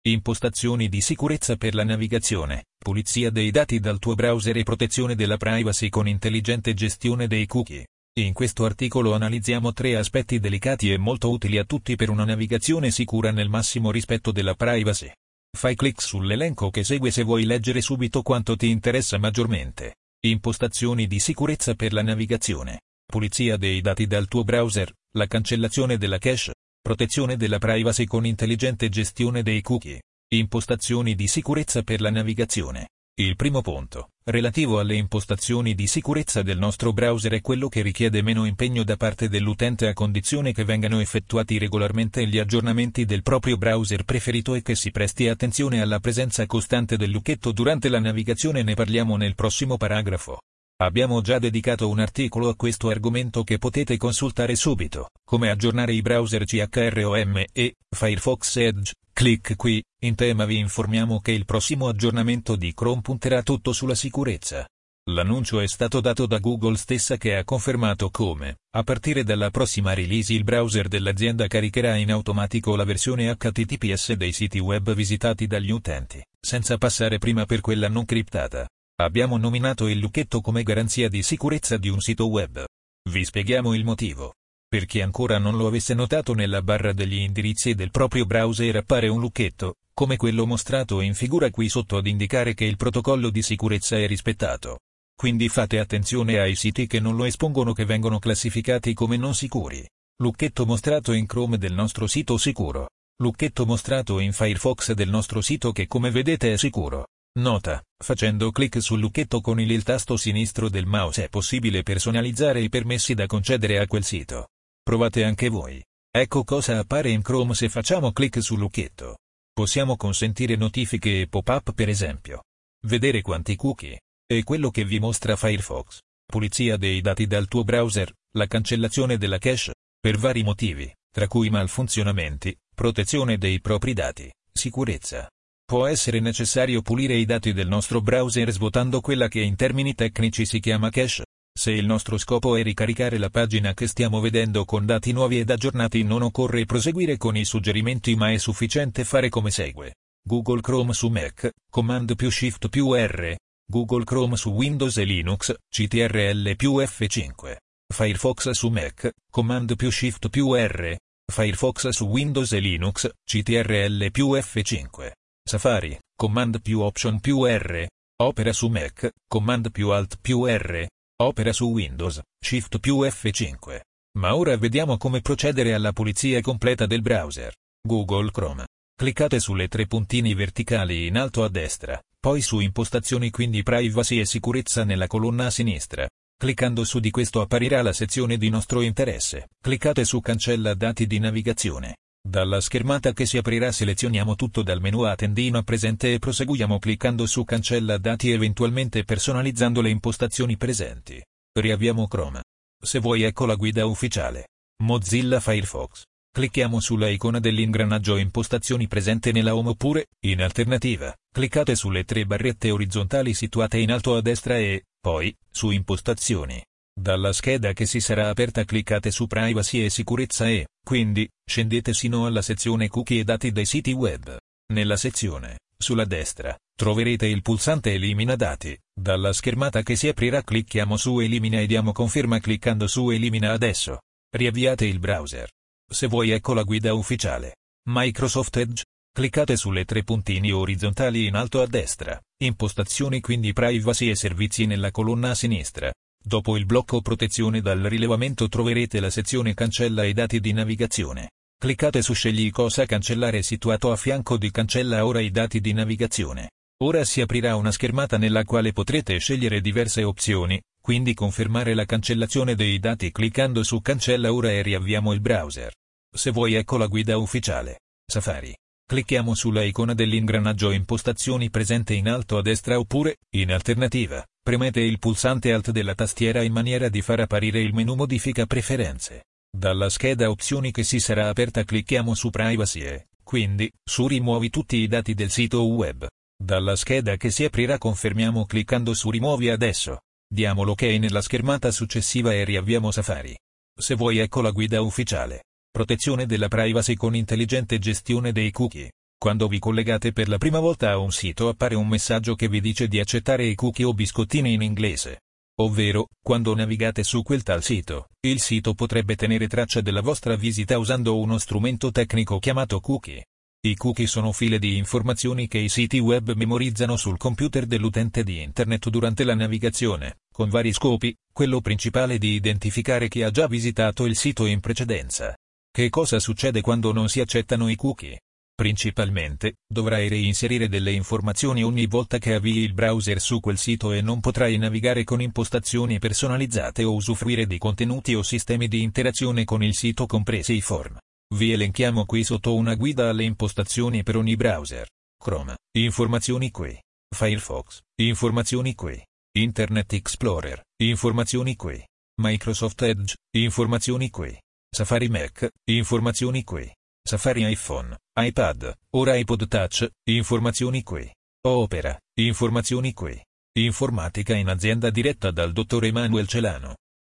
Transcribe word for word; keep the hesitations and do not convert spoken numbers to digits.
Impostazioni di sicurezza per la navigazione, pulizia dei dati dal tuo browser e protezione della privacy con intelligente gestione dei cookie. In questo articolo analizziamo tre aspetti delicati e molto utili a tutti per una navigazione sicura nel massimo rispetto della privacy. Fai clic sull'elenco che segue se vuoi leggere subito quanto ti interessa maggiormente. Impostazioni di sicurezza per la navigazione, pulizia dei dati dal tuo browser, la cancellazione della cache, protezione della privacy con intelligente gestione dei cookie. Impostazioni di sicurezza per la navigazione. Il primo punto, relativo alle impostazioni di sicurezza del nostro browser, è quello che richiede meno impegno da parte dell'utente a condizione che vengano effettuati regolarmente gli aggiornamenti del proprio browser preferito e che si presti attenzione alla presenza costante del lucchetto durante la navigazione. Ne parliamo nel prossimo paragrafo. Abbiamo già dedicato un articolo a questo argomento che potete consultare subito, come aggiornare i browser Chrome e Firefox Edge. Clic qui. In tema vi informiamo che il prossimo aggiornamento di Chrome punterà tutto sulla sicurezza. L'annuncio è stato dato da Google stessa, che ha confermato come, a partire dalla prossima release, il browser dell'azienda caricherà in automatico la versione H T T P S dei siti web visitati dagli utenti, senza passare prima per quella non criptata. Abbiamo nominato il lucchetto come garanzia di sicurezza di un sito web. Vi spieghiamo il motivo. Per chi ancora non lo avesse notato, nella barra degli indirizzi del proprio browser appare un lucchetto, come quello mostrato in figura qui sotto, ad indicare che il protocollo di sicurezza è rispettato. Quindi fate attenzione ai siti che non lo espongono, che vengono classificati come non sicuri. Lucchetto mostrato in Chrome del nostro sito sicuro. Lucchetto mostrato in Firefox del nostro sito, che come vedete è sicuro. Nota: facendo clic sul lucchetto con il, il tasto sinistro del mouse è possibile personalizzare i permessi da concedere a quel sito. Provate anche voi. Ecco cosa appare in Chrome se facciamo clic sul lucchetto. Possiamo consentire notifiche e pop-up, per esempio. Vedere quanti cookie. È quello che vi mostra Firefox. Pulizia dei dati dal tuo browser, la cancellazione della cache, per vari motivi, tra cui malfunzionamenti, protezione dei propri dati, sicurezza. Può essere necessario pulire i dati del nostro browser svuotando quella che in termini tecnici si chiama cache. Se il nostro scopo è ricaricare la pagina che stiamo vedendo con dati nuovi ed aggiornati, non occorre proseguire con i suggerimenti, ma è sufficiente fare come segue. Google Chrome su Mac, Command più Shift più R. Google Chrome su Windows e Linux, C T R L più F cinque. Firefox su Mac, Command più Shift più R. Firefox su Windows e Linux, C T R L più F cinque. Safari, Command più Option più R. Opera su Mac, Command più Alt più R. Opera su Windows, Shift più F cinque. Ma ora vediamo come procedere alla pulizia completa del browser. Google Chrome. Cliccate sulle tre puntini verticali in alto a destra, poi su Impostazioni, quindi Privacy e Sicurezza nella colonna a sinistra. Cliccando su di questo apparirà la sezione di nostro interesse. Cliccate su Cancella dati di navigazione. Dalla schermata che si aprirà selezioniamo tutto dal menu a tendina presente e proseguiamo cliccando su Cancella dati, eventualmente personalizzando le impostazioni presenti. Riavviamo Chrome. Se vuoi, ecco la guida ufficiale. Mozilla Firefox. Clicchiamo sulla icona dell'ingranaggio Impostazioni presente nella Home, oppure, in alternativa, cliccate sulle tre barrette orizzontali situate in alto a destra e, poi, su Impostazioni. Dalla scheda che si sarà aperta cliccate su Privacy e Sicurezza e, quindi, scendete sino alla sezione Cookie e dati dei siti web. Nella sezione, sulla destra, troverete il pulsante Elimina dati. Dalla schermata che si aprirà clicchiamo su Elimina e diamo conferma cliccando su Elimina adesso. Riavviate il browser. Se vuoi, ecco la guida ufficiale. Microsoft Edge. Cliccate sulle tre puntini orizzontali in alto a destra. Impostazioni, quindi Privacy e Servizi nella colonna a sinistra. Dopo il blocco Protezione dal rilevamento troverete la sezione Cancella i dati di navigazione. Cliccate su Scegli cosa cancellare situato a fianco di Cancella ora i dati di navigazione. Ora si aprirà una schermata nella quale potrete scegliere diverse opzioni, quindi confermare la cancellazione dei dati cliccando su Cancella ora e riavviamo il browser. Se vuoi, ecco la guida ufficiale. Safari. Clicchiamo sulla icona dell'ingranaggio Impostazioni presente in alto a destra, oppure, in alternativa, premete il pulsante Alt della tastiera in maniera di far apparire il menu Modifica preferenze. Dalla scheda Opzioni che si sarà aperta clicchiamo su Privacy e, quindi, su Rimuovi tutti i dati del sito web. Dalla scheda che si aprirà confermiamo cliccando su Rimuovi adesso. Diamo l'ok nella schermata successiva e riavviamo Safari. Se vuoi, ecco la guida ufficiale. Protezione della privacy con intelligente gestione dei cookie. Quando vi collegate per la prima volta a un sito appare un messaggio che vi dice di accettare i cookie o biscottini in inglese. Ovvero, quando navigate su quel tal sito, il sito potrebbe tenere traccia della vostra visita usando uno strumento tecnico chiamato cookie. I cookie sono file di informazioni che i siti web memorizzano sul computer dell'utente di internet durante la navigazione, con vari scopi, quello principale di identificare chi ha già visitato il sito in precedenza. Che cosa succede quando non si accettano i cookie? Principalmente, dovrai reinserire delle informazioni ogni volta che avvii il browser su quel sito e non potrai navigare con impostazioni personalizzate o usufruire di contenuti o sistemi di interazione con il sito compresi i form. Vi elenchiamo qui sotto una guida alle impostazioni per ogni browser. Chrome, informazioni qui. Firefox, informazioni qui. Internet Explorer, informazioni qui. Microsoft Edge, informazioni qui. Safari Mac, informazioni qui. Safari iPhone, iPad, ora iPod Touch, informazioni qui. Opera, informazioni qui. Informatica in azienda diretta dal dottor Emanuel Celano.